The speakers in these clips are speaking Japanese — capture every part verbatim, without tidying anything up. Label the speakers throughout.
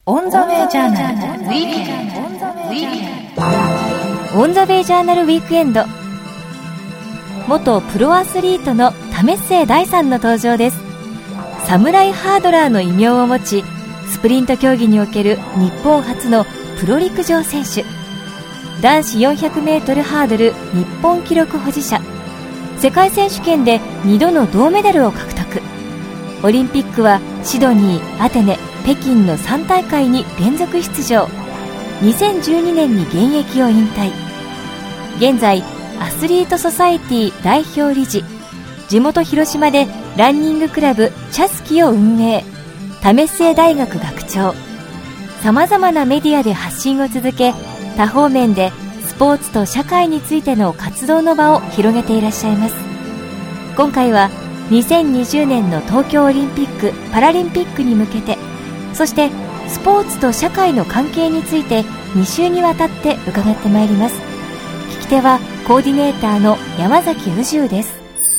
Speaker 1: オンザウェイジャーナルウィークエンド。オンザウェイジャーナルウィークエンド。元プロアスリートの為末大さんの登場です。サムライハードラーの異名を持ち、スプリント競技における日本初のプロ陸上選手、男子よんひゃくメートルハードル日本記録保持者、世界選手権でにどの銅メダルを獲得。オリンピックはシドニー、アテネ、北京のさん大会に連続出場。にせんじゅうにねんに現役を引退。現在アスリートソサエティ代表理事、地元広島でランニングクラブチャスキを運営、為末大学学長。さまざまなメディアで発信を続け、多方面でスポーツと社会についての活動の場を広げていらっしゃいます。今回はにせんにじゅうねんの東京オリンピック・パラリンピックに向けて、そしてスポーツと社会の関係についてに週にわたって伺ってまいります。聞き手はコーディネーターの山崎宇宙です。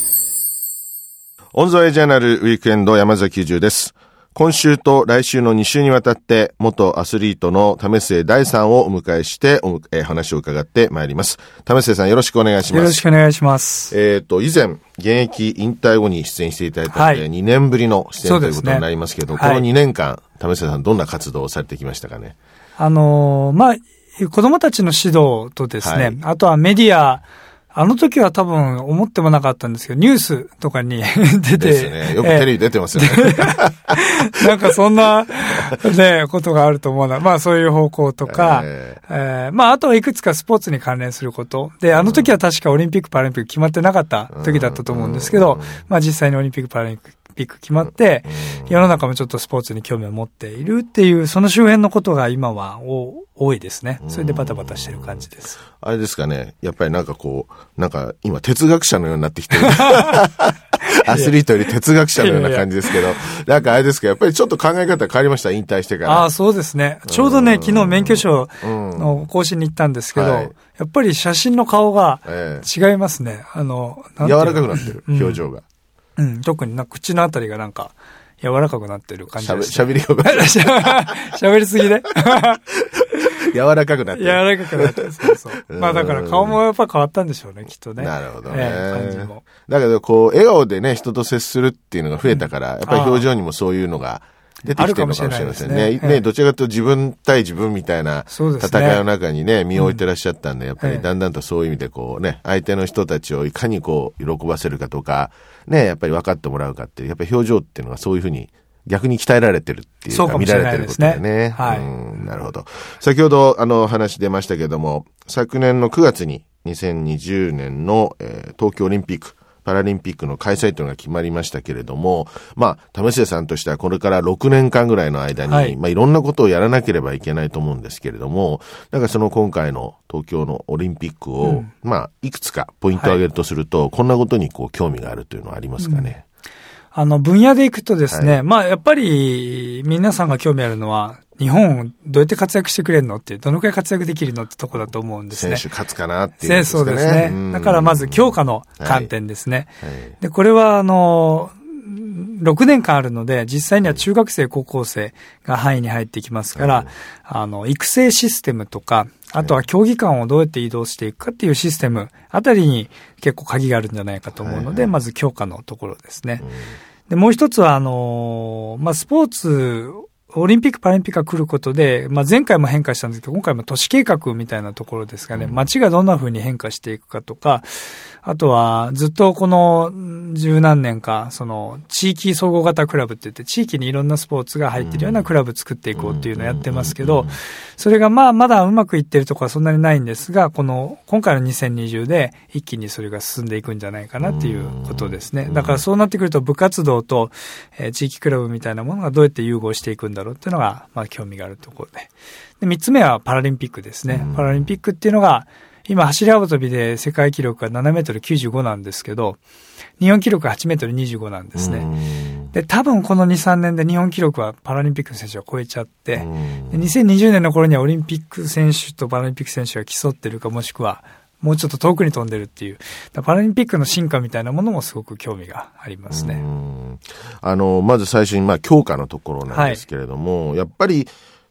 Speaker 2: オンザウェイジャーナルウィークエンド、山崎宇宙です。今週と来週のに週にわたって元アスリートの為末大さんをお迎えしてお、えー、話を伺ってまいります。為末さん、よろしくお願いします。
Speaker 3: よろしくお願いします。
Speaker 2: えっと以前現役引退後に出演していただいたので、はい、にねんぶりの出演ということになりますけど、ね、このにねんかん、はい、為末さんどんな活動をされてきましたかね。
Speaker 3: あのー、まあ子供たちの指導とですね、はい、あとはメディア、あの時は多分思ってもなかったんですけど、ニュースとかに出て。
Speaker 2: ですね。よくテレビ出てますよね。
Speaker 3: なんかそんな、ね、ことがあると思うな。まあそういう方向とか、えーえー、まああとはいくつかスポーツに関連すること。で、あの時は確かオリンピック・パラリンピック決まってなかった時だったと思うんですけど、まあ実際にオリンピック・パラリンピック決まって、世の中もちょっとスポーツに興味を持っているっていう、その周辺のことが今は多いですね。それでバタバタしてる感じです。
Speaker 2: あれですかね。やっぱりなんかこう、なんか今哲学者のようになってきてる。アスリートより哲学者のような感じですけど、なんかあれですか、やっぱりちょっと考え方変わりました、引退してから。
Speaker 3: ああ、そうですね。ちょうどね、昨日免許証の更新に行ったんですけど、はい、やっぱり写真の顔が違いますね。あの、
Speaker 2: 柔らかくなってる、表情が。
Speaker 3: うん、うん、特にな口のあたりがなんか柔らかくなってる感じです、ね。
Speaker 2: しゃべりよが。
Speaker 3: しゃべりすぎで。
Speaker 2: 柔らかくなってる。
Speaker 3: 柔らかくなってる。そうそう。まあだから顔もやっぱ変わったんでしょうね、きっとね。
Speaker 2: なるほどね。
Speaker 3: えー、感じも。
Speaker 2: だけどこう、笑顔でね、人と接するっていうのが増えたから、うん、やっぱり表情にもそういうのが出てきてるのかもしれませんね。ね、ね、どちらかというと自分対自分みたいな戦いの中にね、身を置いてらっしゃったんで、やっぱりだんだんとそういう意味でこうね、相手の人たちをいかにこう、喜ばせるかとか、ね、やっぱり分かってもらうかっていう、やっぱり表情っていうのがそういうふうに、逆に鍛えられてるっていうか、か見られてることでね。はい。うん、なるほど。先ほど、あの、話出ましたけども、昨年のくがつににせんにじゅうねんの、えー、東京オリンピック、パラリンピックの開催というのが決まりましたけれども、まあ、為末さんとしてはこれからろくねんかんぐらいの間に、はい、まあ、いろんなことをやらなければいけないと思うんですけれども、なんかその今回の東京のオリンピックを、うん、まあ、いくつかポイントを挙げるとすると、はい、こんなことにこう、興味があるというのはありますかね。
Speaker 3: うん、あの、分野でいくとですね、はい、まあ、やっぱり、皆さんが興味あるのは、日本どうやって活躍してくれるのって、どのくらい活躍できるのってとこだと思うんですね。
Speaker 2: 選手勝つかなっていう、ね。
Speaker 3: そうですね。だからまず強化の観点ですね。はいはい、で、これはあの、ろくねんかんあるので、実際には中学生、高校生が範囲に入ってきますから、はい、あの、育成システムとか、あとは競技間をどうやって移動していくかっていうシステムあたりに結構鍵があるんじゃないかと思うので、はいはい、まず強化のところですね。で、もう一つは、あの、まあ、スポーツ、オリンピック・パラリンピックが来ることで、まあ、前回も変化したんですけど、今回も都市計画みたいなところですがね、街がどんな風に変化していくかとか、あとはずっとこの十何年か、その地域総合型クラブって言って、地域にいろんなスポーツが入ってるようなクラブ作っていこうっていうのをやってますけど、それがまあまだうまくいってるところはそんなにないんですが、この今回のにせんにじゅうで一気にそれが進んでいくんじゃないかなっていうことですね。だからそうなってくると部活動と、えー、地域クラブみたいなものがどうやって融合していくんだろうっていうのがまあ興味があるところで。で、三つ目はパラリンピックですね。パラリンピックっていうのが今走り幅跳びで世界記録がななメートルきゅうじゅうごなんですけど、日本記録がはちメートルにじゅうごなんですね。で、多分このに、さんねんで日本記録はパラリンピックの選手は超えちゃって、でにせんにじゅうねんの頃にはオリンピック選手とパラリンピック選手が競ってるか、もしくはもうちょっと遠くに飛んでるっていう、パラリンピックの進化みたいなものもすごく興味がありますね。
Speaker 2: うん、あの、まず最初にまあ強化のところなんですけれども、はい、やっぱり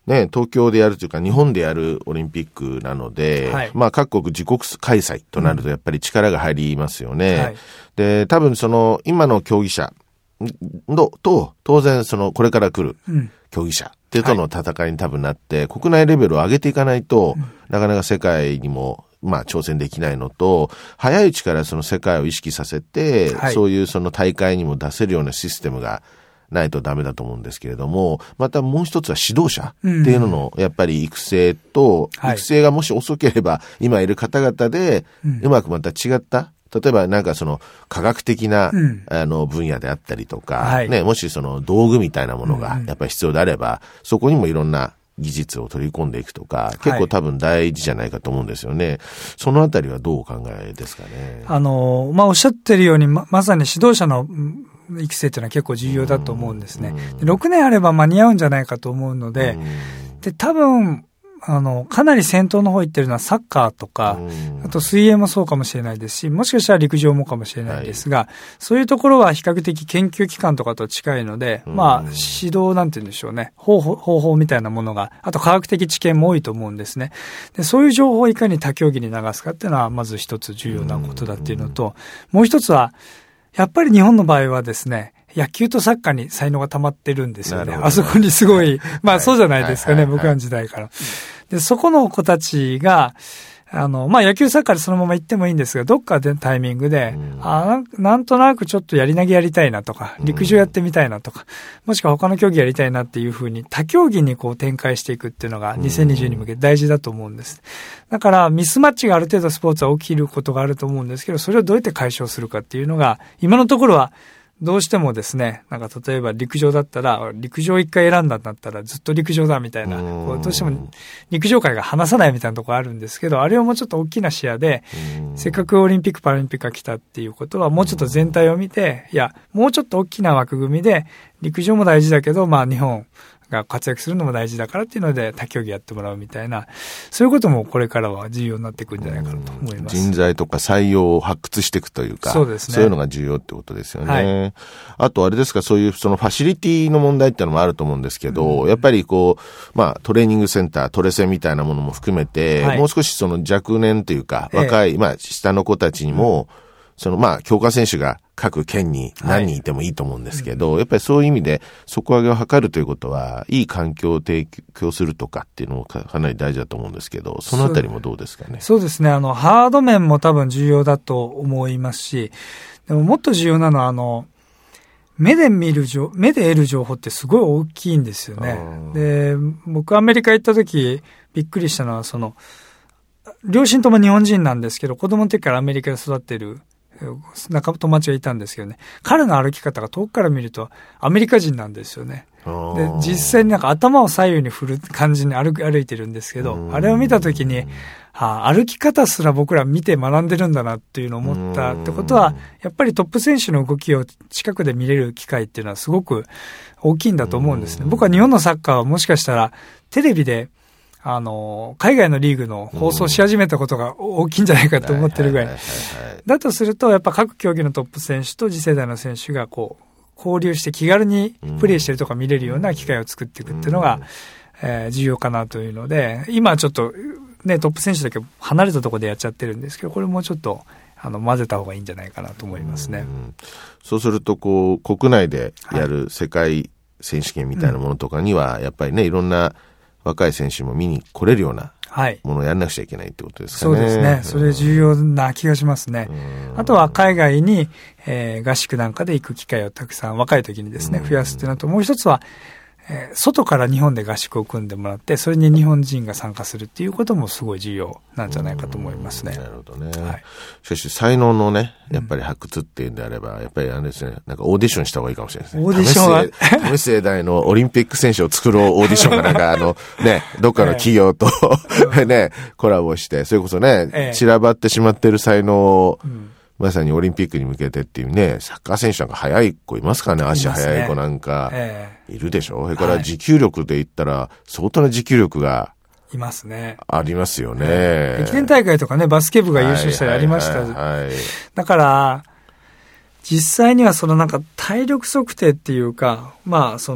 Speaker 2: ね、東京でやるというか日本でやるオリンピックなので、はい、まあ各国自国開催となるとやっぱり力が入りますよね。うんはい、で、多分その今の競技者のと当然そのこれから来る競技者っていうとの戦いに多分なって、はい、国内レベルを上げていかないと、うん、なかなか世界にもまあ挑戦できないのと、早いうちからその世界を意識させて、はい、そういうその大会にも出せるようなシステムがないとダメだと思うんですけれども、またもう一つは指導者っていうののやっぱり育成と、うん、育成がもし遅ければ今いる方々でうまくまた違った、例えばなんかその科学的な、うん、あの分野であったりとか、はい、ね、もしその道具みたいなものがやっぱり必要であれば、うん、そこにもいろんな技術を取り込んでいくとか、結構多分大事じゃないかと思うんですよね。はい、そのあたりはどうお考えですかね。
Speaker 3: あの、まあ、おっしゃってるように、ま、まさに指導者の育成というのは結構重要だと思うんですね。ろくねんあれば間に合うんじゃないかと思うので、で、多分、あの、かなり先頭の方行ってるのはサッカーとか、あと水泳もそうかもしれないですし、もしかしたら陸上もかもしれないですが、はい、そういうところは比較的研究機関とかと近いので、まあ、指導なんて言うんでしょうね、方法、方法みたいなものが、あと科学的知見も多いと思うんですね。で、そういう情報をいかに他競技に流すかっていうのは、まず一つ重要なことだっていうのと、もう一つは、やっぱり日本の場合はですね、野球とサッカーに才能が溜まってるんですよね。あそこにすごい、まあそうじゃないですかね、僕らの時代から。で、そこの子たちが、あの、まあ野球サッカーでそのまま行ってもいいんですが、どっかでタイミングで、うん、あな、なんとなくちょっとやり投げやりたいなとか、陸上やってみたいなとか、もしくは他の競技やりたいなっていうふうに、他競技にこう展開していくっていうのがにせんにじゅうに向けて大事だと思うんです。だからミスマッチがある程度スポーツは起きることがあると思うんですけど、それをどうやって解消するかっていうのが、今のところは、どうしてもですね、なんか例えば陸上だったら、陸上一回選んだんだったらずっと陸上だみたいな、こうどうしても陸上界が離さないみたいなところあるんですけど、あれをもうちょっと大きな視野で、せっかくオリンピック・パラリンピックが来たっていうことは、もうちょっと全体を見て、いや、もうちょっと大きな枠組みで、陸上も大事だけど、まあ日本が活躍するのも大事だからっていうので他競技やってもらうみたいな、そういうこともこれからは重要になってくるんじゃないかなと思います。
Speaker 2: 人材とか採用を発掘していくというか、そうですね。そういうのが重要ってことですよね。はい、あとあれですか、そういうそのファシリティの問題っていうのもあると思うんですけど、うん、やっぱりこう、まあトレーニングセンター、トレセンみたいなものも含めて、はい、もう少しその若年というか、若い、ええ、まあ下の子たちにも、うん、そのまあ強化選手が各県に何人いてもいいと思うんですけど、はい、うん、やっぱりそういう意味で底上げを図るということは、いい環境を提供するとかっていうのも か, かなり大事だと思うんですけど、そのあたりもどうですかね。
Speaker 3: そうですね。あの、ハード面も多分重要だと思いますし、でももっと重要なのは、あの、目で見る情、目で得る情報ってすごい大きいんですよね。で、僕アメリカ行った時びっくりしたのは、その、両親とも日本人なんですけど、子供の時からアメリカで育ってる仲友達がいたんですけどね、彼の歩き方が遠くから見るとアメリカ人なんですよね。で、実際になんか頭を左右に振る感じに歩く、歩いてるんですけど、あれを見たときに、はあ、歩き方すら僕ら見て学んでるんだなっていうのを思ったってことは、やっぱりトップ選手の動きを近くで見れる機会っていうのはすごく大きいんだと思うんですね。僕は日本のサッカーはもしかしたらテレビであの、海外のリーグの放送し始めたことが大きいんじゃないかと思ってるぐらい。だとすると、やっぱ各競技のトップ選手と次世代の選手がこう、交流して気軽にプレーしてるとか見れるような機会を作っていくっていうのが、えー、重要かなというので、今ちょっとね、トップ選手だけ離れたところでやっちゃってるんですけど、これもちょっと、あの、混ぜた方がいいんじゃないかなと思いますね。
Speaker 2: うん、そうすると、こう、国内でやる世界選手権みたいなものとかには、やっぱりね、いろんな若い選手も見に来れるようなものをやらなくちゃいけないってことですかね。
Speaker 3: そうですね。それ重要な気がしますね。あとは海外に、えー、合宿なんかで行く機会をたくさん若い時にですね、増やすっていうのと、もう一つは、えー、外から日本で合宿を組んでもらって、それに日本人が参加するっていうこともすごい重要なんじゃないかと思いますね。
Speaker 2: なるほどね。はい、しかし才能のね、やっぱり発掘っていうんであれば、やっぱりあれですね、なんかオーディションした方がいいかもしれないですね。
Speaker 3: オーディションは
Speaker 2: 為末大のオリンピック選手を作ろうオーディションがなんかあの、ね、どっかの企業と、ええ、ね、コラボして、それこそね、ええ、散らばってしまってる才能を、うん、まさにオリンピックに向けてっていうね、サッカー選手なんか速い子いますからね、足速い子なんかいるでしょ。それから持久力で言ったら相当な持久力が
Speaker 3: いますね。
Speaker 2: ありますよね。
Speaker 3: 駅伝大会とかね、バスケ部が優勝したりありました。だから実際にはそのなんか体力測定っていうか、まあその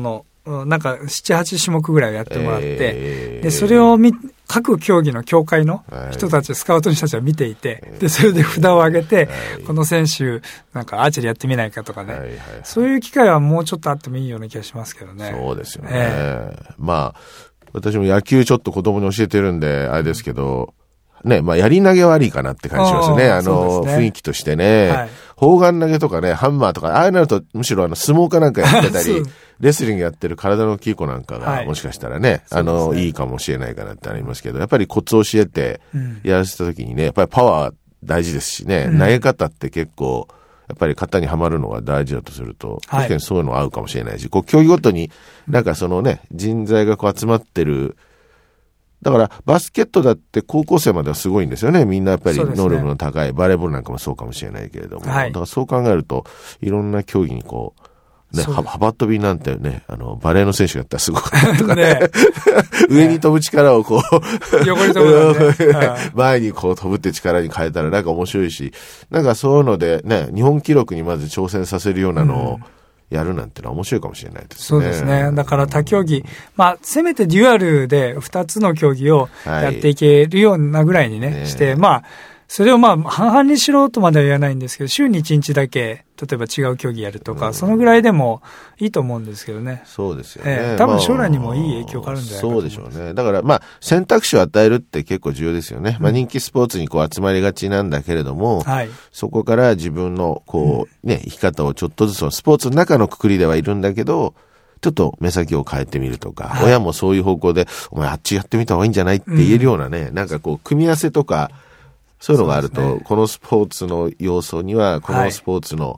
Speaker 3: なんかなな、はち種目ぐらいやってもらって、えー、で、それを見、各競技の協会の人たち、はい、スカウトの人たちは見ていて、で、それで札を上げて、はい、この選手、なんかアーチェリーやってみないかとかね、はいはいはい、そういう機会はもうちょっとあってもいいような気がしますけどね。
Speaker 2: そうですよね。えー、まあ、私も野球ちょっと子供に教えてるんで、あれですけど、ね、まあ、やり投げ悪いかなって感じしますね。あの、ね、雰囲気としてね、はい。砲丸投げとかね、ハンマーとか、ああいうなると、むしろあの、相撲かなんかやってたり、レスリングやってる体の大きい子なんかが、はい、もしかしたらね、あの、ね、いいかもしれないかなってありますけど、やっぱりコツを教えて、やらせた時にね、やっぱりパワー大事ですしね、うん、投げ方って結構、やっぱり型にはまるのが大事だとすると、確かにそういうの合うかもしれないし、こう、競技ごとになんかそのね、人材がこう集まってる、だからバスケットだって高校生まではすごいんですよね。みんなやっぱり能力の高い、ね、バレーボールなんかもそうかもしれないけれども、はい、だからそう考えるといろんな競技にこうね、幅跳びなんてね、あのバレーの選手がやったらすごくとかね、上に飛ぶ力をこう
Speaker 3: 横に飛ぶ、ね、
Speaker 2: 前にこう飛ぶって力に変えたらなんか面白いし、なんかそういうのでね、日本記録にまず挑戦させるようなのを、うんやるなんてのは面白いかもしれないですね。
Speaker 3: そうですね。だから多競技、まあ、せめてデュアルでふたつの競技をやっていけるようなぐらいにね、はい、して、まあ、それをまあ、半々にしろとまでは言わないんですけど、週にいちにちだけ、例えば違う競技やるとか、うん、そのぐらいでもいいと思うんですけどね。
Speaker 2: そうですよね。
Speaker 3: えー、多分将来にもいい影響があるんじゃないかと思います。
Speaker 2: そうでしょうね。だからまあ、選択肢を与えるって結構重要ですよね。うん、まあ人気スポーツにこう集まりがちなんだけれども、はい、そこから自分のこう、ね、生き方をちょっとずつ、スポーツの中のくくりではいるんだけど、ちょっと目先を変えてみるとか、はい、親もそういう方向で、お前あっちやってみた方がいいんじゃないって言えるようなね、うん、なんかこう、組み合わせとか、そういうのがあると、ね、このスポーツの要素には、このスポーツの、はい、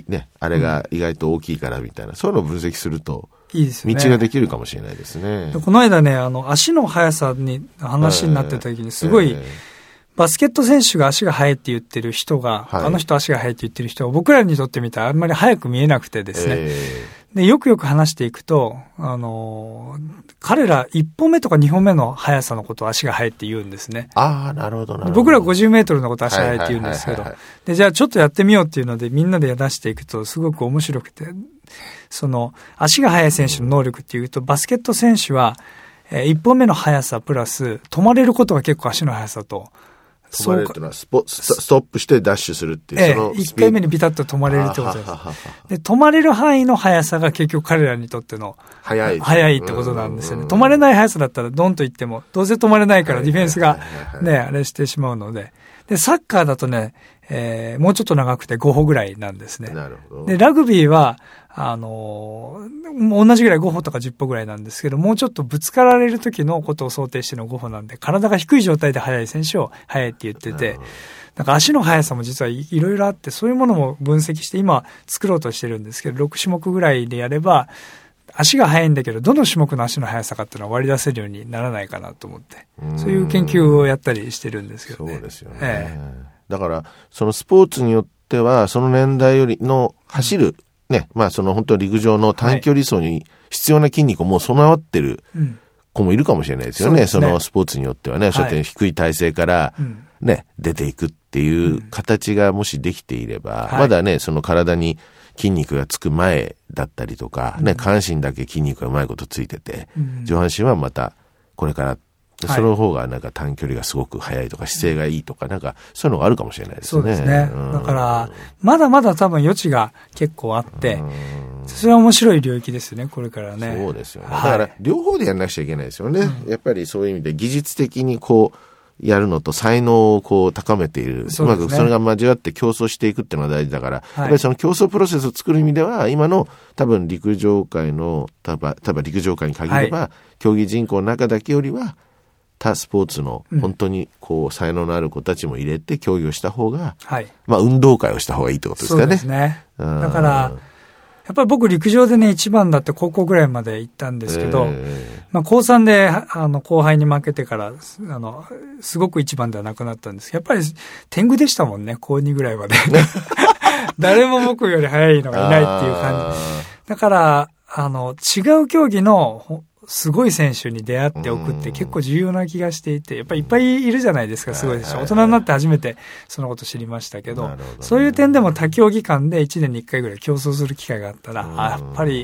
Speaker 2: ね、あれが意外と大きいからみたいな、うん、そういうのを分析すると、いいですよね。道ができるかもしれないですね。
Speaker 3: この間ね、あの、足の速さに話になってた時に、すごい、えー、バスケット選手が足が速いって言ってる人が、はい、あの人足が速いって言ってる人が、僕らにとってみたらあんまり速く見えなくてですね。えーで、よくよく話していくと、あのー、彼らいっぽんめとかにほんめの速さのことを足が速いって言うんですね。
Speaker 2: ああ、なるほどなるほど。
Speaker 3: 僕らごじゅうメートルのことを足が速いって言うんですけど、で、じゃあちょっとやってみようっていうのでみんなで出していくとすごく面白くて、その、足が速い選手の能力っていうと、バスケット選手は、えー、いっぽんめの速さプラス、止まれることが結構足の速さと、
Speaker 2: 止まれるっていうのはスポ、ストップしてダッシュするっていう。
Speaker 3: ええ、そのいっかいめにビタッと止まれるってことです。ははははで、止まれる範囲の速さが結局彼らにとっての
Speaker 2: 速い。
Speaker 3: 速いってことなんですよね。止まれない速さだったらドンと言っても、どうせ止まれないからディフェンスがね、あれしてしまうので。で、サッカーだとね、えー、もうちょっと長くてごほぐらいなんですね。
Speaker 2: なるほど。
Speaker 3: で、ラグビーは、あのー、同じぐらいごほとかじゅっぽぐらいなんですけど、もうちょっとぶつかられる時のことを想定してのごほなんで、体が低い状態で速い選手を速いって言ってて、なんか足の速さも実はいろいろあって、そういうものも分析して今作ろうとしてるんですけど、ろく種目ぐらいでやれば、足が速いんだけど、どの種目の足の速さかっていうのは割り出せるようにならないかなと思って、そういう研究をやったりしてるんですけどね。
Speaker 2: そうですよね。ええ、だから、そのスポーツによっては、その年代よりの走る、うんね、まあその本当陸上の短距離走に必要な筋肉をもう備わってる子もいるかもしれないですよね。うん、そ, ねそのスポーツによってはね、そうやって低い体勢からね、はい、出ていくっていう形がもしできていれば、うん、まだね、その体に筋肉がつく前だったりとか、ね、下半身だけ筋肉がうまいことついてて、うん、上半身はまたこれからその方がなんか短距離がすごく速いとか姿勢がいいとかなんかそういうのがあるかもしれないですね。
Speaker 3: そうですね。うん、だからまだまだ多分余地が結構あって、それは面白い領域ですねこれからね。
Speaker 2: そうですよね。だから両方でやんなくちゃいけないですよね。うん、やっぱりそういう意味で技術的にこうやるのと才能をこう高めている、うまくそれが交わって競争していくっていうのが大事だから、はい、やっぱりその競争プロセスを作る意味では今の多分陸上界の多分多分陸上界に限れば、はい、競技人口の中だけよりは他スポーツの本当にこう才能のある子たちも入れて競技をした方が、はい、まあ運動会をした方がいいってことですかね。そうです
Speaker 3: ね。だからやっぱり僕陸上でね一番だって高校ぐらいまで行ったんですけど、えー、まあ高さんであの後輩に負けてからあのすごく一番ではなくなったんですけど、やっぱり天狗でしたもんね高にぐらいまで。誰も僕より速いのがいないっていう感じ。だからあの違う競技のすごい選手に出会っておくって結構重要な気がしていて、やっぱりいっぱいいるじゃないですか、すごいでしょ。大人になって初めてそのこと知りましたけど、そういう点でも他競技間でいちねんにいっかいぐらい競争する機会があったら、あやっぱり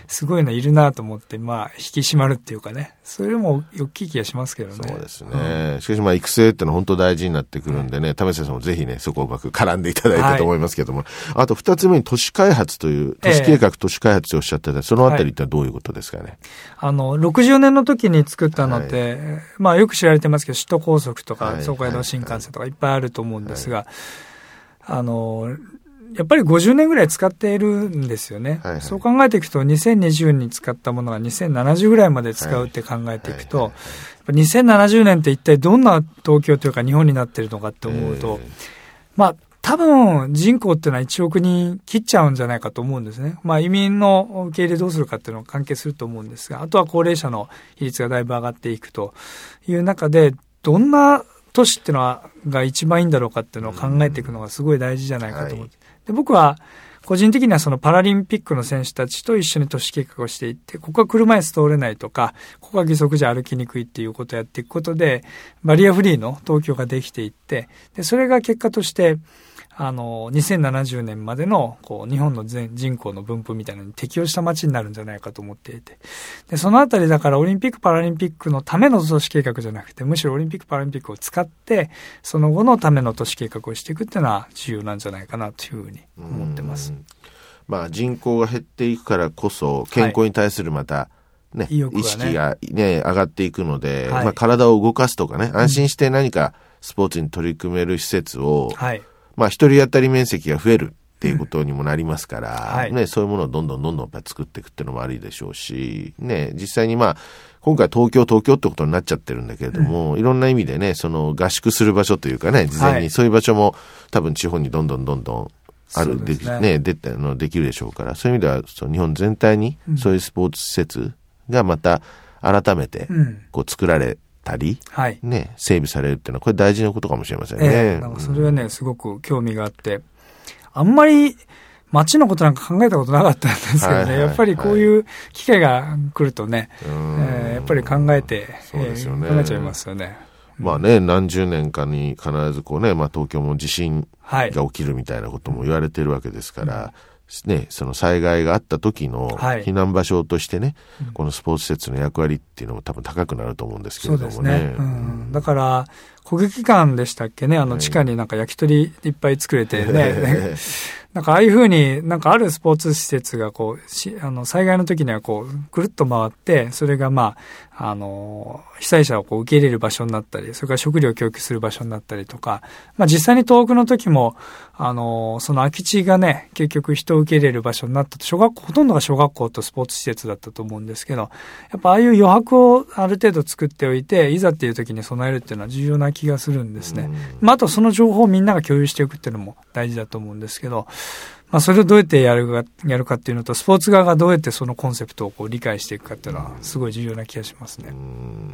Speaker 3: すごいのいるなと思って、まあ、引き締まるっていうかね、それも大きい気がしますけどね。
Speaker 2: そうですね。うん、しかし、まあ、育成ってのは本当大事になってくるんでね、為末さんもぜひね、そこをうまく絡んでいただいてと思いますけども、はい、あと二つ目に都市開発という、都市計画、都市開発とおっしゃってた、そのあたりってどういうことですかね。はい、
Speaker 3: あの、ろくじゅうねんの時に作ったのって、はい、まあ、よく知られてますけど、首都高速とか、東海道新幹線とかいっぱいあると思うんですが、はいはい、あの、やっぱりごじゅうねんぐらい使っているんですよね。はいはい、そう考えていくと、にせんにじゅうに使ったものがにせんななじゅうぐらいまで使うって考えていくと、にせんななじゅうねんって一体どんな東京というか日本になっているのかって思うと、まあ、多分人口っていうのはいちおくにん切っちゃうんじゃないかと思うんですね。まあ移民の受け入れどうするかっていうのは関係すると思うんですが、あとは高齢者の比率がだいぶ上がっていくという中で、どんな都市っていうのはが一番いいんだろうかっていうのを考えていくのがすごい大事じゃないかと思う。はい、で僕は個人的にはそのパラリンピックの選手たちと一緒に都市計画をしていって、ここは車椅子通れないとか、ここは義足じゃ歩きにくいっていうことをやっていくことで、バリアフリーの東京ができていって、でそれが結果として、あの、にせんななじゅうねんまでの、こう、日本の全人口の分布みたいなのに適応した街になるんじゃないかと思っていて。で、そのあたりだからオリンピック・パラリンピックのための都市計画じゃなくて、むしろオリンピック・パラリンピックを使って、その後のための都市計画をしていくっていうのは重要なんじゃないかなというふうに思ってます。
Speaker 2: まあ、人口が減っていくからこそ、健康に対するまた、ね、はい、意識がね、上がっていくので、はい、まあ、体を動かすとかね、安心して何かスポーツに取り組める施設を、はい、まあ、一人当たり面積が増えるっていうことにもなりますから、うんはい、ね、そういうものをどんどんどんどんやっぱ作っていくっていうのもありでしょうし、ね、実際にまあ、今回東京、東京ってことになっちゃってるんだけれども、うん、いろんな意味でね、その合宿する場所というかね、事前にそういう場所も多分地方にどんどんどんどんある、で, でね、でたのできるでしょうから、そういう意味では、その日本全体にそういうスポーツ施設がまた改めてこう作られ、うんたり、はい、ね、整備されるっていうのはこれ大事なことかもしれませんね。
Speaker 3: えー、なんかそれはね、うん、すごく興味があって、あんまり街のことなんか考えたことなかったんですけどね、はいはいはい、やっぱりこういう機会が来るとね、えー、やっぱり考えて、そうですよね、えー、考えちゃいますよね。
Speaker 2: まあね、何十年かに必ずこうね、まあ東京も地震が起きるみたいなことも言われてるわけですから、はい、ね、その災害があった時の避難場所としてね、はい、このスポーツ施設の役割っていうのも多分高くなると思うんですけれどもね。
Speaker 3: そうですね。うん、だから、国技館でしたっけね、あの地下になんか焼き鳥いっぱい作れてね、なんかああいうふうになんかあるスポーツ施設がこう、しあの災害の時にはこう、ぐるっと回って、それがまあ、あの、被災者をこう受け入れる場所になったり、それから食料を供給する場所になったりとか、まあ実際に東北の時も、あの、その空き地がね、結局人を受け入れる場所になったと、小学校、ほとんどが小学校とスポーツ施設だったと思うんですけど、やっぱああいう余白をある程度作っておいて、いざっていう時に備えるっていうのは重要な気がするんですね。まああとその情報をみんなが共有していくっていうのも大事だと思うんですけど、まあそれをどうやってやるか、やるかっていうのと、スポーツ側がどうやってそのコンセプトをこう理解していくかっていうのはすごい重要な気がしますね。
Speaker 2: うん、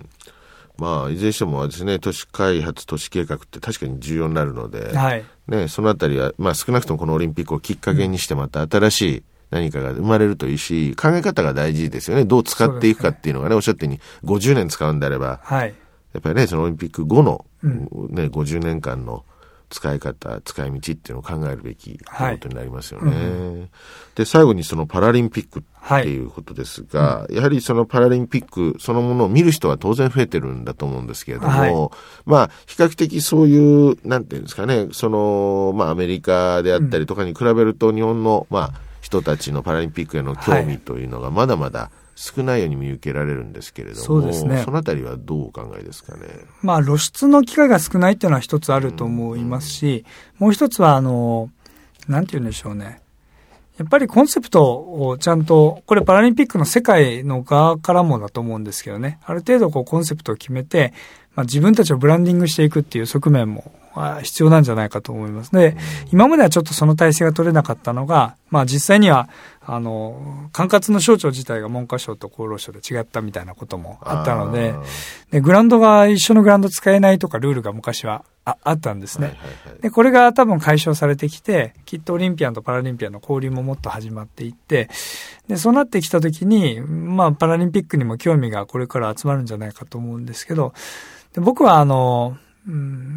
Speaker 2: まあいずれにしてもですね、都市開発、都市計画って確かに重要になるので、はい、ね、そのあたりはまあ少なくともこのオリンピックをきっかけにしてまた新しい何かが生まれるといいし、考え方が大事ですよね。どう使っていくかっていうのがね、おっしゃったようにごじゅうねん使うんであれば、はい、やっぱりね、そのオリンピック後の、うん、ね、ごじゅうねんかんの使い方、使い道っていうのを考えるべきということになりますよね。はい、うん、で、最後にそのパラリンピックっていうことですが、はい、やはりそのパラリンピックそのものを見る人は当然増えてるんだと思うんですけれども、はい、まあ、比較的そういう、なんていうんですかね、その、まあ、アメリカであったりとかに比べると、日本の、まあ、人たちのパラリンピックへの興味というのがまだまだ少ないように見受けられるんですけれども、そうですね、そのあたりはどうお考えですかね。
Speaker 3: まあ露出の機会が少ないっていうのは一つあると思いますし、うん、もう一つはあのなんて言うんでしょうね。やっぱりコンセプトをちゃんと、これパラリンピックの世界の側からもだと思うんですけどね、ある程度こうコンセプトを決めて、まあ、自分たちをブランディングしていくっていう側面も必要なんじゃないかと思います。で、今まではちょっとその体制が取れなかったのが、まあ実際には、あの、管轄の省庁自体が文科省と厚労省で違ったみたいなこともあったので、で、グラウンドが一緒のグラウンド使えないとかルールが昔は あ, あったんですね、はいはいはい。で、これが多分解消されてきて、きっとオリンピアンとパラリンピアンの交流ももっと始まっていって、で、そうなってきたときに、まあパラリンピックにも興味がこれから集まるんじゃないかと思うんですけど、で僕はあの、うん、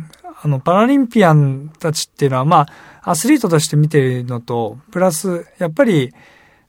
Speaker 3: あの、パラリンピアンたちっていうのは、まあ、アスリートとして見てるのと、プラス、やっぱり、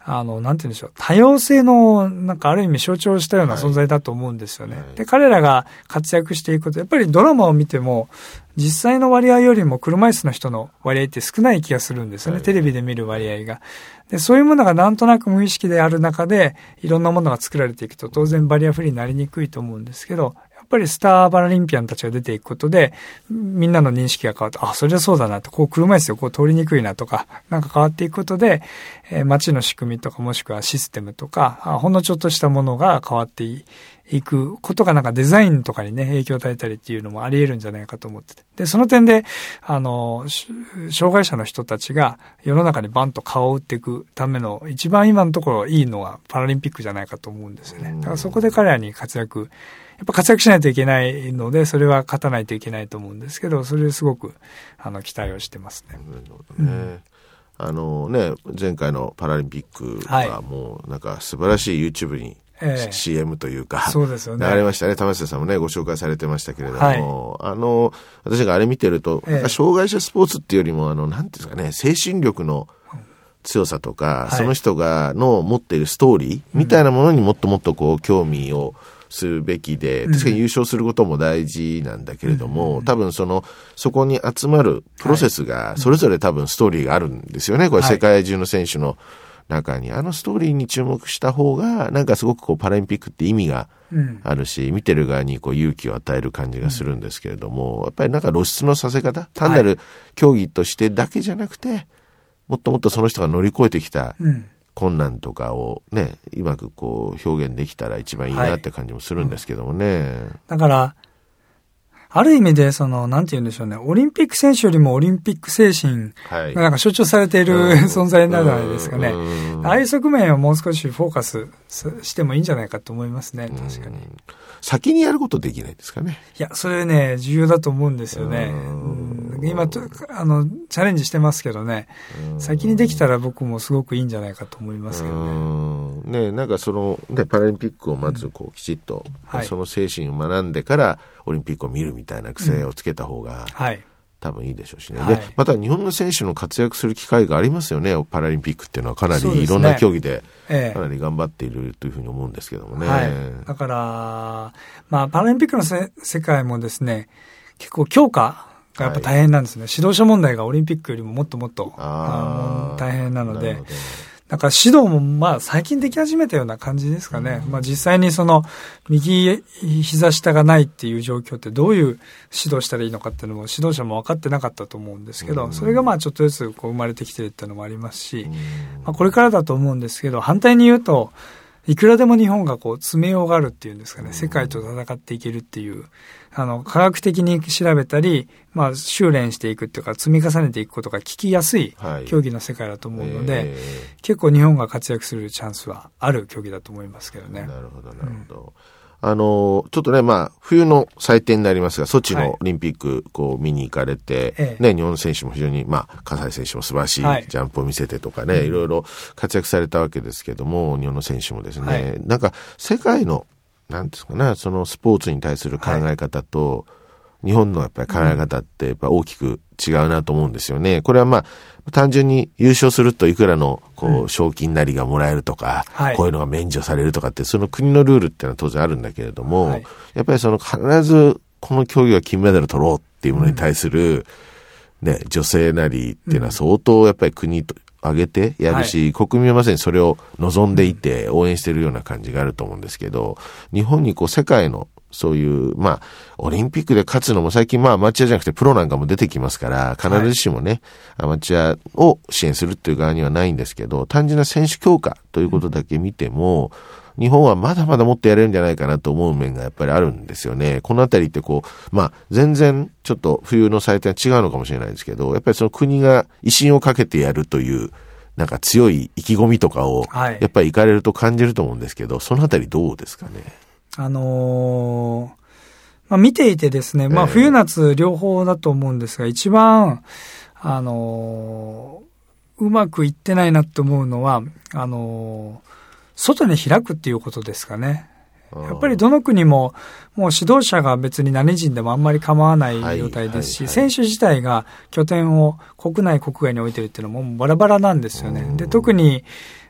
Speaker 3: あの、なんて言うんでしょう、多様性の、なんかある意味象徴したような存在だと思うんですよね。はい、で、彼らが活躍していくこと、やっぱりドラマを見ても、実際の割合よりも車椅子の人の割合って少ない気がするんですよね。はい、テレビで見る割合が。で、そういうものがなんとなく無意識である中で、いろんなものが作られていくと、当然バリアフリーになりにくいと思うんですけど、やっぱりスターパラリンピアンたちが出ていくことで、みんなの認識が変わって、あ、それはそうだなと、こう車椅子でこう通りにくいなとか、なんか変わっていくことで、えー、街の仕組みとかもしくはシステムとか、あほんのちょっとしたものが変わっていくことがなんかデザインとかにね、影響を与えたりっていうのもあり得るんじゃないかと思ってて。で、その点で、あの、障害者の人たちが世の中にバンと顔を打っていくための一番今のところいいのはパラリンピックじゃないかと思うんですよね。だからそこで彼らに活躍、やっぱ活躍しないといけないので、それは勝たないといけないと思うんですけど、それすごく、あの、期待をしてますね。
Speaker 2: なるほどね。うん、あのね、前回のパラリンピックはもう、なんか素晴らしい YouTube に、ええ、シーエム というか、
Speaker 3: そうですよね。
Speaker 2: 流れましたね。玉瀬さんもね、ご紹介されてましたけれども、はい、あの、私があれ見てると、ええ、障害者スポーツっていうよりも、あの、なんていうんですかね、精神力の強さとか、はい、その人が、の持っているストーリーみたいなものにもっともっとこう、興味を、するべきで、確かに優勝することも大事なんだけれども、うん、多分その、そこに集まるプロセスが、それぞれ多分ストーリーがあるんですよね。これ世界中の選手の中に。あのストーリーに注目した方が、なんかすごくこうパラリンピックって意味があるし、うん、見てる側にこう勇気を与える感じがするんですけれども、やっぱりなんか露出のさせ方、単なる競技としてだけじゃなくて、もっともっとその人が乗り越えてきた、うん困難とかをね、うまくこう表現できたら一番いいなって感じもするんですけどもね。はいうん、
Speaker 3: だから、ある意味で、その、なんて言うんでしょうね、オリンピック選手よりもオリンピック精神がなんか象徴されている、はい、存在なんじゃないですかね。ああいう側面をもう少しフォーカスしてもいいんじゃないかと思いますね、確かに。
Speaker 2: 先にやることできないですかね。
Speaker 3: いや、それね、重要だと思うんですよね。うん今と、あの、チャレンジしてますけどね、先にできたら僕もすごくいいんじゃないかと思いますけど
Speaker 2: ね。ね、なんかその、ね、パラリンピックをまずこう、きちっと、うんはい、その精神を学んでから、オリンピックを見るみたいな癖をつけた方が、うんはい、多分いいでしょうしね、はい。で、また日本の選手の活躍する機会がありますよね。パラリンピックっていうのはかなりいろんな競技で、かなり頑張っているというふうに思うんですけどもね。
Speaker 3: はい、だから、まあ、パラリンピックのせ世界もですね、結構強化がやっぱ大変なんですね。はい、指導者問題がオリンピックよりももっともっとあ大変なので、だから指導もまあ最近でき始めたような感じですかね。うん、まあ実際にその右膝下がないっていう状況ってどういう指導したらいいのかっていうのも指導者も分かってなかったと思うんですけど、うん、それがまあちょっとずつこう生まれてきてるっていうのもありますし、うんまあ、これからだと思うんですけど、反対に言うと、いくらでも日本がこう詰めようがあるっていうんですかね、世界と戦っていけるっていう、あの、科学的に調べたり、まあ、修練していくっていうか、積み重ねていくことが聞きやすい競技の世界だと思うので、はいえー、結構日本が活躍するチャンスはある競技だと思いますけどね。
Speaker 2: なるほど、なるほど。うんあの、ちょっとね、まあ、冬の祭典になりますが、ソチのオリンピック、こう、見に行かれて、はい、ね、日本の選手も非常に、まあ、葛西選手も素晴らしいジャンプを見せてとかね、はい、いろいろ活躍されたわけですけども、日本の選手もですね、はい、なんか、世界の、なんですかね、そのスポーツに対する考え方と、はい、日本のやっぱり考え方ってやっぱ大きく違うなと思うんですよね。これはまあ、単純に優勝するといくらのこう賞金なりがもらえるとか、うん、こういうのが免除されるとかってその国のルールっていうのは当然あるんだけれども、はい、やっぱりその必ずこの競技は金メダル取ろうっていうものに対する、うん、ね、女性なりっていうのは相当やっぱり国と上げてやるし、はい、国民はまさにそれを望んでいて応援してるような感じがあると思うんですけど、日本にこう世界のそういう、まあ、オリンピックで勝つのも最近まあアマチュアじゃなくてプロなんかも出てきますから、必ずしもね、はい、アマチュアを支援するっていう側にはないんですけど、単純な選手強化ということだけ見ても、日本はまだまだもっとやれるんじゃないかなと思う面がやっぱりあるんですよね。このあたりってこう、まあ、全然ちょっと冬の祭典は違うのかもしれないですけど、やっぱりその国が威信をかけてやるという、なんか強い意気込みとかを、やっぱり行かれると感じると思うんですけど、そのあたりどうですかね。
Speaker 3: あのー、まあ見ていてですね、まあ冬夏両方だと思うんですが、一番、あのー、うまくいってないなって思うのは、あのー、外に開くっていうことですかね。やっぱりどの国も、もう指導者が別に何人でもあんまり構わない状態ですし、はいはいはい、選手自体が拠点を国内国外に置いてるっていうのもバラバラなんですよね。で、特に、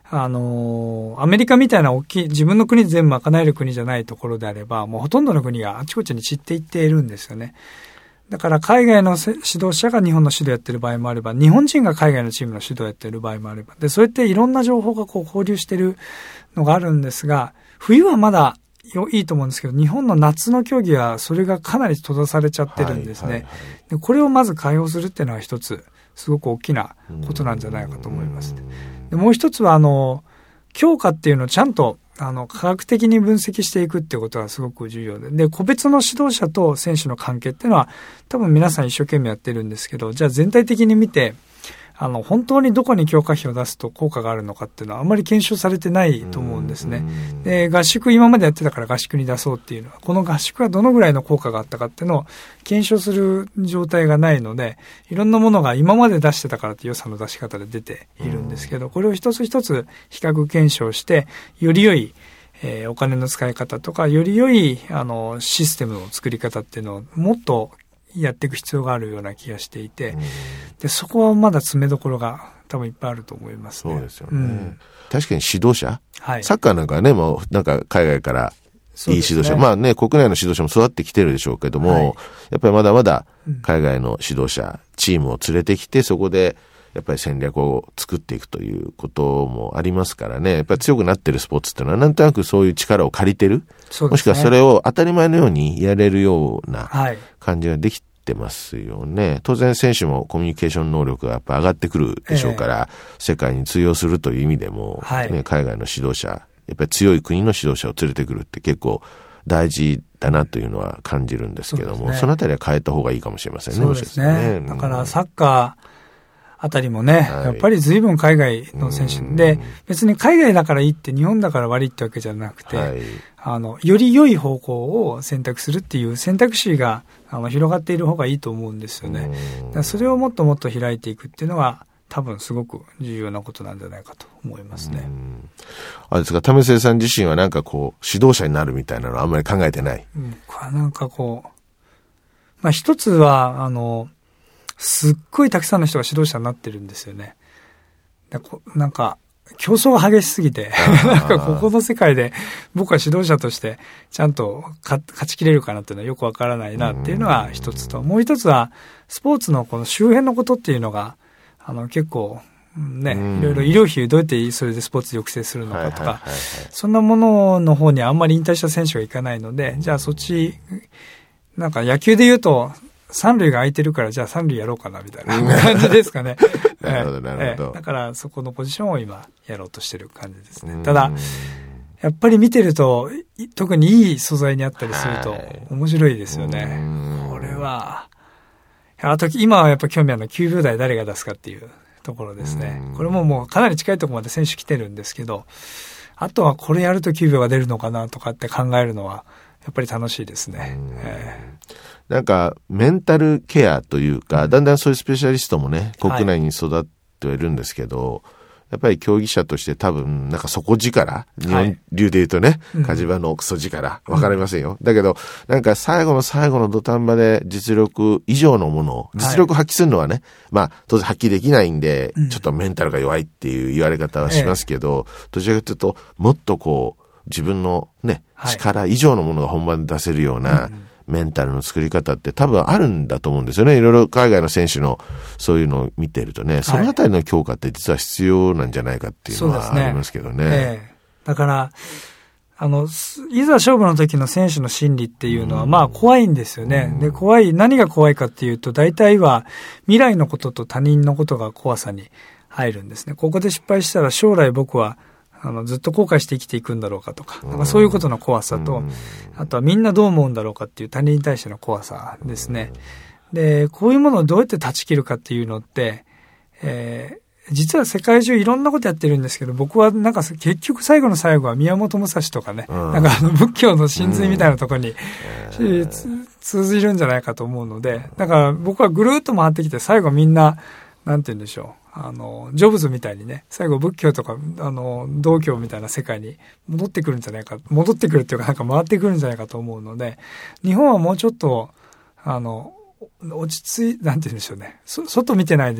Speaker 3: あのー、アメリカみたいな大きい、自分の国全部賄える国じゃないところであれば、もうほとんどの国があちこちに散っていっているんですよね。だから海外の指導者が日本の指導やってる場合もあれば、日本人が海外のチームの指導やってる場合もあれば、で、そうやっていろんな情報がこう交流してるのがあるんですが、冬はまだいいと思うんですけど、日本の夏の競技はそれがかなり閉ざされちゃってるんですね。はいはいはい、でこれをまず解放するっていうのは一つ、すごく大きなことなんじゃないかと思います。でもう一つは、あの、強化っていうのをちゃんと、あの、科学的に分析していくっていうことがすごく重要で。で、個別の指導者と選手の関係っていうのは、多分皆さん一生懸命やってるんですけど、じゃあ全体的に見て、あの、本当にどこに強化費を出すと効果があるのかっていうのはあんまり検証されてないと思うんですね。で、合宿今までやってたから合宿に出そうっていうのは、この合宿はどのぐらいの効果があったかっていうのを検証する状態がないので、いろんなものが今まで出してたからって予算の出し方で出ているんですけど、これを一つ一つ比較検証して、より良いえー、お金の使い方とか、より良い、あの、システムの作り方っていうのをもっとやっていく必要があるような気がしていて、うん、で、そこはまだ詰めどころが多分いっぱいあると思いますね。
Speaker 2: そうですよね。うん、確かに指導者、
Speaker 3: はい、
Speaker 2: サッカーなんかはね、もうなんか海外からいい指導者、ね、まあね、国内の指導者も育ってきてるでしょうけども、はい、やっぱりまだまだ海外の指導者、うん、チームを連れてきて、そこでやっぱり戦略を作っていくということもありますからね。やっぱり強くなってるスポーツっていうのはなんとなくそういう力を借りてる。そうですね。もしくはそれを当たり前のようにやれるような感じができてますよね。はい、当然選手もコミュニケーション能力がやっぱ上がってくるでしょうから、えー、世界に通用するという意味でも、ね、はい、海外の指導者、やっぱり強い国の指導者を連れてくるって結構大事だなというのは感じるんですけども、 そ,、ね、そのあたりは変えた方がいいかもしれませんね。
Speaker 3: そうですね。だからサッカー、あたりもね、はい、やっぱり随分海外の選手で、別に海外だからいいって日本だから悪いってわけじゃなくて、はい、あの、より良い方向を選択するっていう選択肢があの広がっている方がいいと思うんですよね。だからそれをもっともっと開いていくっていうのは多分すごく重要なことなんじゃないかと思いますね。
Speaker 2: あれですか、為末さん自身はなんかこう指導者になるみたいなのはあんまり考えてない？
Speaker 3: うん、なんかこう、まあ一つは、あの、すっごいたくさんの人が指導者になってるんですよね。でこなんか、競争が激しすぎて、なんかここの世界で僕は指導者としてちゃんと勝ちきれるかなっていうのはよくわからないなっていうのが一つと、もう一つはスポーツのこの周辺のことっていうのが、あの結構ね、いろいろ医療費どうやってそれでスポーツ抑制するのかとか、そんなものの方にあんまり引退した選手がいかないので、じゃあそっち、なんか野球で言うと、三塁が空いてるからじゃあ三塁やろうかなみたいな感じですかね。
Speaker 2: なるほどなるほど、
Speaker 3: ええ。だからそこのポジションを今やろうとしてる感じですね。ただやっぱり見てると特にいい素材にあったりすると面白いですよね。これはあと今はやっぱ興味あるのはきゅうびょう台誰が出すかっていうところですね。これももうかなり近いところまで選手来てるんですけど、あとはこれやるときゅうびょうが出るのかなとかって考えるのはやっぱり楽しいですね。えー
Speaker 2: なんか、メンタルケアというか、だんだんそういうスペシャリストもね、国内に育ってはいるんですけど、はい、やっぱり競技者として多分、なんか底力、日本流で言うとね、火事場のクソ力、わかりませんよ。うん、だけど、なんか最後の最後の土壇場で実力以上のものを、実力発揮するのはね、はい、まあ、当然発揮できないんで、うん、ちょっとメンタルが弱いっていう言われ方はしますけど、ええ、どちらかというと、もっとこう、自分のね、力以上のものが本番で出せるような、うんメンタルの作り方って多分あるんだと思うんですよね。いろいろ海外の選手のそういうのを見てるとね、そのあたりの強化って実は必要なんじゃないかっていうのはありますけどね。
Speaker 3: ええ、だから、あの、いざ勝負の時の選手の心理っていうのは、まあ怖いんですよね。で、怖い、何が怖いかっていうと、大体は未来のことと他人のことが怖さに入るんですね。ここで失敗したら将来僕はあのずっと後悔して生きていくんだろうかとか、なんかそういうことの怖さと、あとはみんなどう思うんだろうかっていう他人に対しての怖さですね。で、こういうものをどうやって断ち切るかっていうのって、えー、実は世界中いろんなことやってるんですけど、僕はなんか結局最後の最後は宮本武蔵とかね、なんかあの仏教の真髄みたいなところに、通じるんじゃないかと思うので、だから僕はぐるーっと回ってきて最後みんな、なんて言うんでしょう。あの、ジョブズみたいにね、最後仏教とか、あの、道教みたいな世界に戻ってくるんじゃないか、戻ってくるっていうかなんか回ってくるんじゃないかと思うので、日本はもうちょっと、あの、落ち着い、なんて言うんでしょうね。そ外見てないで、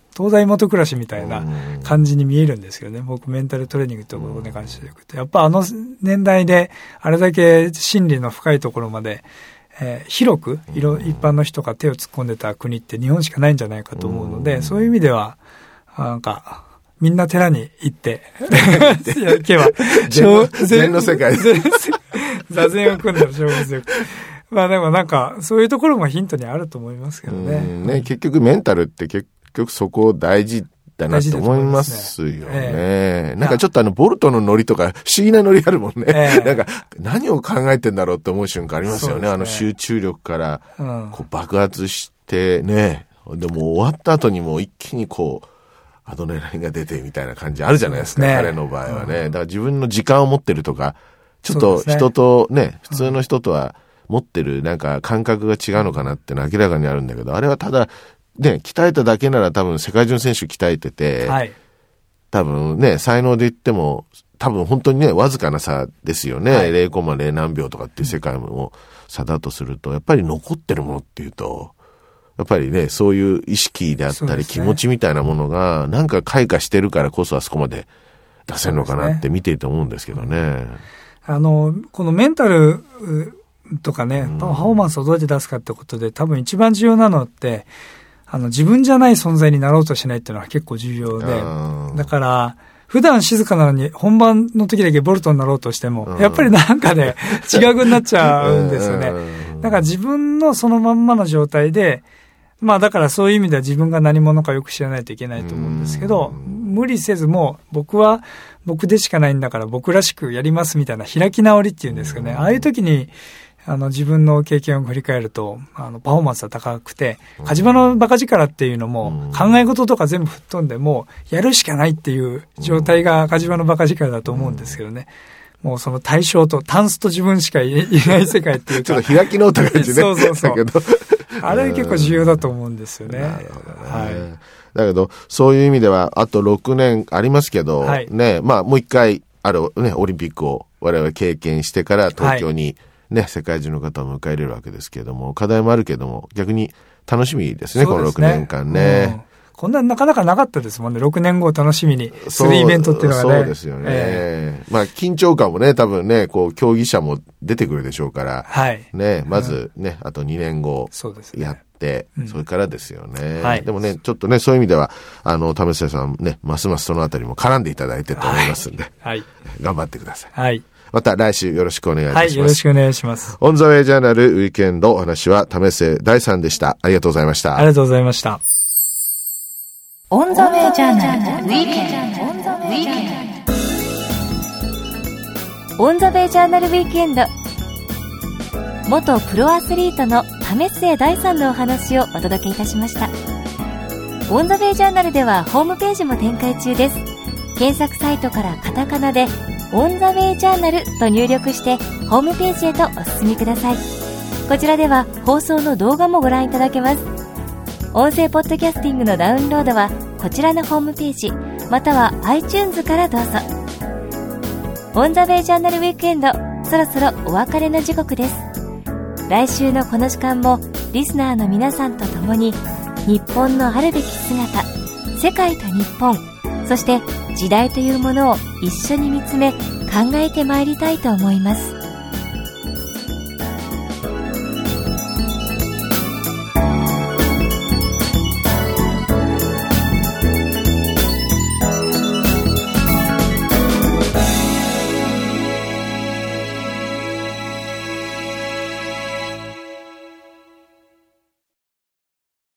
Speaker 3: 東大元暮らしみたいな感じに見えるんですけどね。僕メンタルトレーニングとかに関して言うと、やっぱあの年代であれだけ心理の深いところまで、えー、広くいろ一般の人が手を突っ込んでた国って日本しかないんじゃないかと思うので、そういう意味ではなんかみんな寺に行って行けば
Speaker 2: 禅の世界
Speaker 3: 座禅を組んだら勝負強く。まあでもなんかそういうところもヒントにあると思いますけどね。
Speaker 2: うんね、結局メンタルって結局そこ大事だなと思いますよね。えー、なんかちょっとあのボルトのノリとか不思議なノリあるもんね。えー、なんか何を考えてんだろうって思う瞬間ありますよね。ね、あの集中力からこう爆発してね、うん、でも終わった後にもう一気にこうアドレナリンが出てみたいな感じあるじゃないですか。ね、彼の場合はね、うん。だから自分の時間を持ってるとか、ちょっと人とね、ね普通の人とは持ってるなんか感覚が違うのかなってのは明らかにあるんだけど、あれはただね、鍛えただけなら多分世界中の選手鍛えてて、はい、多分ね、才能で言っても多分本当にね、わずかな差ですよね。はい、ゼロコンマゼロ 何秒とかっていう世界の差だとすると、やっぱり残ってるものっていうと、やっぱりね、そういう意識であったり気持ちみたいなものがなんか開花してるからこそあそこまで出せるのかなって見ていて思うんですけどね。
Speaker 3: あの、このメンタルとかね、パフォーマンスをどうやって出すかってことで、多分一番重要なのって、あの、自分じゃない存在になろうとしないっていうのは結構重要で、だから、普段静かなのに本番の時だけボルトになろうとしても、やっぱりなんかで違う風になっちゃうんですよね。だから自分のそのまんまの状態で、まあだからそういう意味では自分が何者かよく知らないといけないと思うんですけど、無理せずもう僕は僕でしかないんだから僕らしくやりますみたいな開き直りっていうんですかね。ああいう時にあの自分の経験を振り返るとあのパフォーマンスは高くて、火事場のバカ力っていうのも考え事とか全部吹っ飛んでもうやるしかないっていう状態が火事場のバカ力だと思うんですけどね。もうその対象とタンスと自分しかいない世界っていうか
Speaker 2: ちょっと開き直った感じね。
Speaker 3: そうそうそうあれ結構重要だと思うんですよね。なるほどね。はい。
Speaker 2: だけどそういう意味ではあとろくねんありますけど、はい、ね、まあもう一回あるねオリンピックを我々経験してから東京にね、はい、世界中の方を迎え入れるわけですけれども、課題もあるけども逆に楽しみですね、このろくねんかんね。うん
Speaker 3: こんななかなかなかったですもんね。ろくねんごを楽しみにするイベントっていうのはね。
Speaker 2: そうですよね。えー、まあ緊張感もね、多分ね、こう競技者も出てくるでしょうから、はい。ね、まずね、うん、あとにねんごやって、そ, ね、それからですよね、うん。はい。でもね、ちょっとね、そういう意味では、あの、為末さんね、ますますそのあたりも絡んでいただいてと思いますんで、はい。はい、頑張ってください。はい。また来週よろしくお願いいたします。はい、
Speaker 3: よろしくお願いします。
Speaker 2: オンザウェイジャーナルウィークエンドお話は為末大さんでした。ありがとうございました。
Speaker 3: ありがとうございました。
Speaker 1: オンザウェイジャーナルウィークエンド。オンザウェイジャーナルウィークエンド。元プロアスリートの為末大さんのお話をお届けいたしました。オンザウェイジャーナルではホームページも展開中です。検索サイトからカタカナでオンザウェイジャーナルと入力してホームページへとお進みください。こちらでは放送の動画もご覧いただけます。音声ポッドキャスティングのダウンロードはこちらのホームページまたは iTunes からどうぞ。オンザウェイジャーナルウィークエンド、そろそろお別れの時刻です。来週のこの時間もリスナーの皆さんと共に日本のあるべき姿、世界と日本、そして時代というものを一緒に見つめ考えてまいりたいと思います。